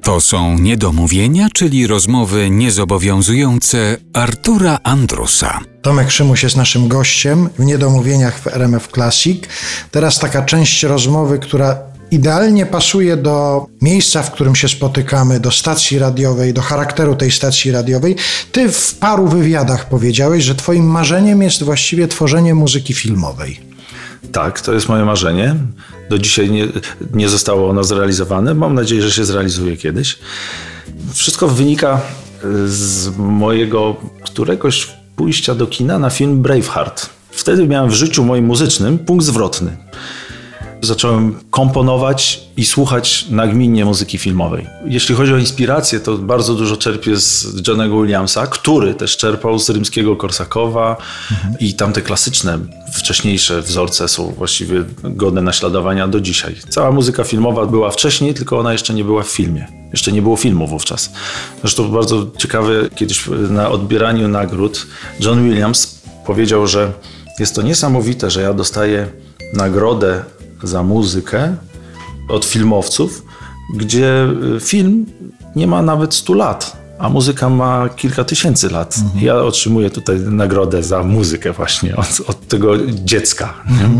To są niedomówienia, czyli rozmowy niezobowiązujące Artura Andrusa. Tomek Szymuś jest naszym gościem w Niedomówieniach w RMF Classic. Teraz taka część rozmowy, która idealnie pasuje do miejsca, w którym się spotykamy, do stacji radiowej, do charakteru tej stacji radiowej. Ty w paru wywiadach powiedziałeś, że twoim marzeniem jest właściwie tworzenie muzyki filmowej. Tak, to jest moje marzenie. Do dzisiaj nie zostało ono zrealizowane. Mam nadzieję, że się zrealizuje kiedyś. Wszystko wynika z mojego któregoś pójścia do kina na film Braveheart. Wtedy miałem w życiu moim muzycznym punkt zwrotny. Zacząłem komponować i słuchać nagminnie muzyki filmowej. Jeśli chodzi o inspirację, to bardzo dużo czerpię z Johnego Williamsa, który też czerpał z Rimskiego-Korsakowa i tamte klasyczne, wcześniejsze wzorce są właściwie godne naśladowania do dzisiaj. Cała muzyka filmowa była wcześniej, tylko ona jeszcze nie była w filmie. Jeszcze nie było filmu wówczas. Zresztą bardzo ciekawe, kiedyś na odbieraniu nagród John Williams powiedział, że jest to niesamowite, że ja dostaję nagrodę za muzykę od filmowców, gdzie film nie ma nawet 100 lat, a muzyka ma kilka tysięcy lat. Ja otrzymuję tutaj nagrodę za muzykę właśnie od tego dziecka.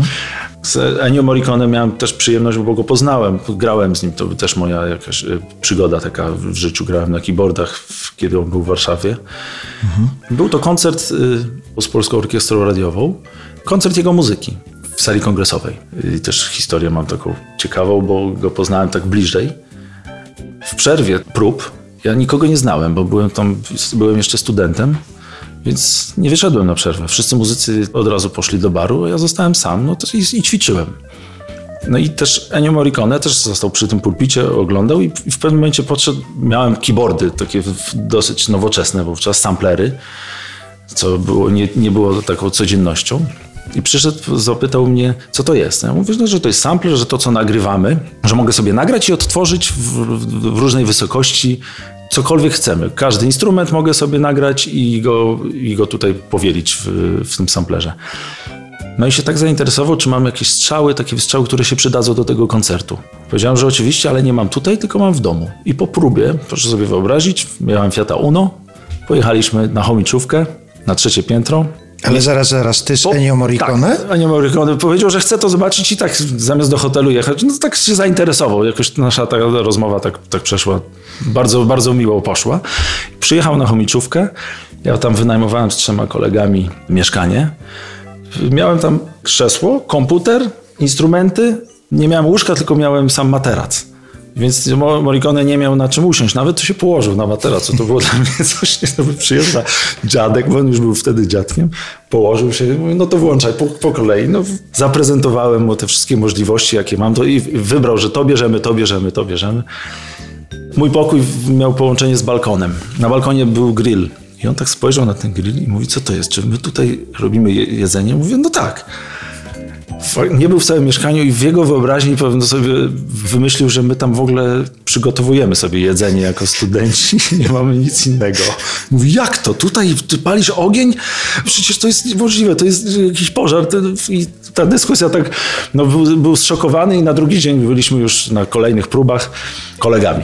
Z Ennio Morricone miałem też przyjemność, bo go poznałem, grałem z nim, to też moja jakaś przygoda taka w życiu, grałem na keyboardach, kiedy on był w Warszawie. Był to koncert z Polską Orkiestrą Radiową, koncert jego muzyki w sali kongresowej. I też historię mam taką ciekawą, bo go poznałem tak bliżej. W przerwie prób ja nikogo nie znałem, bo byłem jeszcze studentem, więc nie wyszedłem na przerwę. Wszyscy muzycy od razu poszli do baru, a ja zostałem sam i ćwiczyłem. No i też Ennio Morricone też został przy tym pulpicie, oglądał i w pewnym momencie podszedł, miałem keyboardy takie dosyć nowoczesne wówczas, samplery, co nie było taką codziennością. I przyszedł, zapytał mnie, co to jest. Ja mówię, że to jest sampler, że to, co nagrywamy, że mogę sobie nagrać i odtworzyć w różnej wysokości cokolwiek chcemy. Każdy instrument mogę sobie nagrać i go tutaj powielić w tym samplerze. No i się tak zainteresował, czy mam jakieś takie strzały, które się przydadzą do tego koncertu. Powiedziałem, że oczywiście, ale nie mam tutaj, tylko mam w domu. I po próbie, proszę sobie wyobrazić, miałem Fiata Uno, pojechaliśmy na chomiczówkę, na 3. piętro. Ale zaraz, ty z Ennio Morricone? Tak, Ennio Morricone powiedział, że chce to zobaczyć i tak zamiast do hotelu jechać, no tak się zainteresował. Jakoś nasza ta rozmowa tak przeszła, bardzo, bardzo miło poszła. Przyjechał na chomiczówkę, ja tam wynajmowałem z 3 kolegami mieszkanie. Miałem tam krzesło, komputer, instrumenty, nie miałem łóżka, tylko miałem sam materac. Więc Morricone nie miał na czym usiąść. Nawet to się położył na materacu. To było dla mnie coś przyjemne. Dziadek, bo on już był wtedy dziadkiem, położył się, mówi, no to włączaj po kolei. No, zaprezentowałem mu te wszystkie możliwości, jakie mam. To i wybrał, że to bierzemy. Mój pokój miał połączenie z balkonem. Na balkonie był grill. I on tak spojrzał na ten grill i mówi, co to jest? Czy my tutaj robimy jedzenie? Mówię, no tak. Nie był w całym mieszkaniu i w jego wyobraźni pewno sobie wymyślił, że my tam w ogóle przygotowujemy sobie jedzenie jako studenci. Nie mamy nic innego. Mówi, jak to? Tutaj ty palisz ogień? Przecież to jest niemożliwe, to jest jakiś pożar. I ta dyskusja tak, był zszokowany i na drugi dzień byliśmy już na kolejnych próbach kolegami.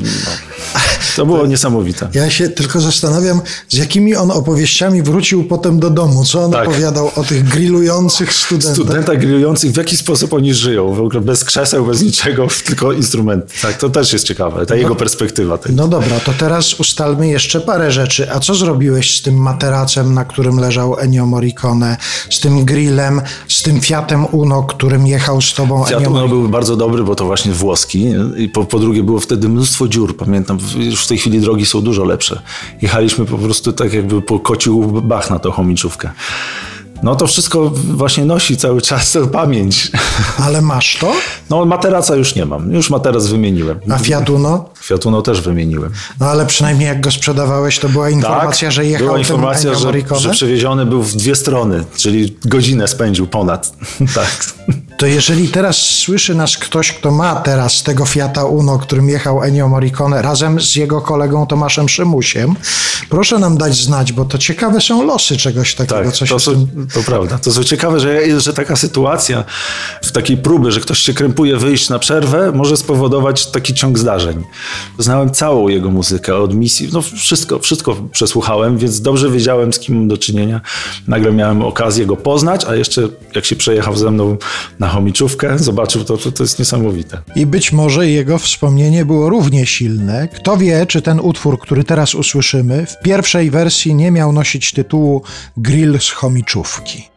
To było niesamowite. Ja się tylko zastanawiam, z jakimi on opowieściami wrócił potem do domu. Co on opowiadał o tych grillujących studentach grillujących, w jaki sposób oni żyją. W ogóle bez krzeseł, bez niczego, tylko instrumenty. Tak, to też jest ciekawe, jego perspektywa. No dobra, to teraz ustalmy jeszcze parę rzeczy. A co zrobiłeś z tym materacem, na którym leżał Ennio Morricone, z tym grillem, z tym Fiatem Uno, którym jechał z tobą Fiat Uno był bardzo dobry, bo to właśnie włoski. I po drugie było wtedy mnóstwo dziur. Pamiętam, już w tej chwili drogi są dużo lepsze. Jechaliśmy po prostu tak jakby po kociu bach na tą chomiczówkę. No to wszystko właśnie nosi cały czas pamięć. Ale masz to? No materaca już nie mam. Już materac wymieniłem. A Fiat Uno? Fiat Uno też wymieniłem. No ale przynajmniej jak go sprzedawałeś, to była informacja, że jechał była informacja, że przewieziony był w 2 strony, czyli godzinę spędził ponad. Tak. To jeżeli teraz słyszy nas ktoś, kto ma teraz tego Fiata Uno, którym jechał Ennio Morricone razem z jego kolegą Tomaszem Szymusiem, proszę nam dać znać, bo to ciekawe są losy czegoś takiego. Tak, Co się to prawda. To są ciekawe, że taka sytuacja w takiej próbie, że ktoś się krępuje wyjść na przerwę, może spowodować taki ciąg zdarzeń. Znałem całą jego muzykę od misji, no wszystko przesłuchałem, więc dobrze wiedziałem, z kim mam do czynienia. Nagle miałem okazję go poznać, a jeszcze jak się przejechał ze mną na chomiczówkę, zobaczył to jest niesamowite. I być może jego wspomnienie było równie silne. Kto wie, czy ten utwór, który teraz usłyszymy, w pierwszej wersji nie miał nosić tytułu Grill z chomiczówki.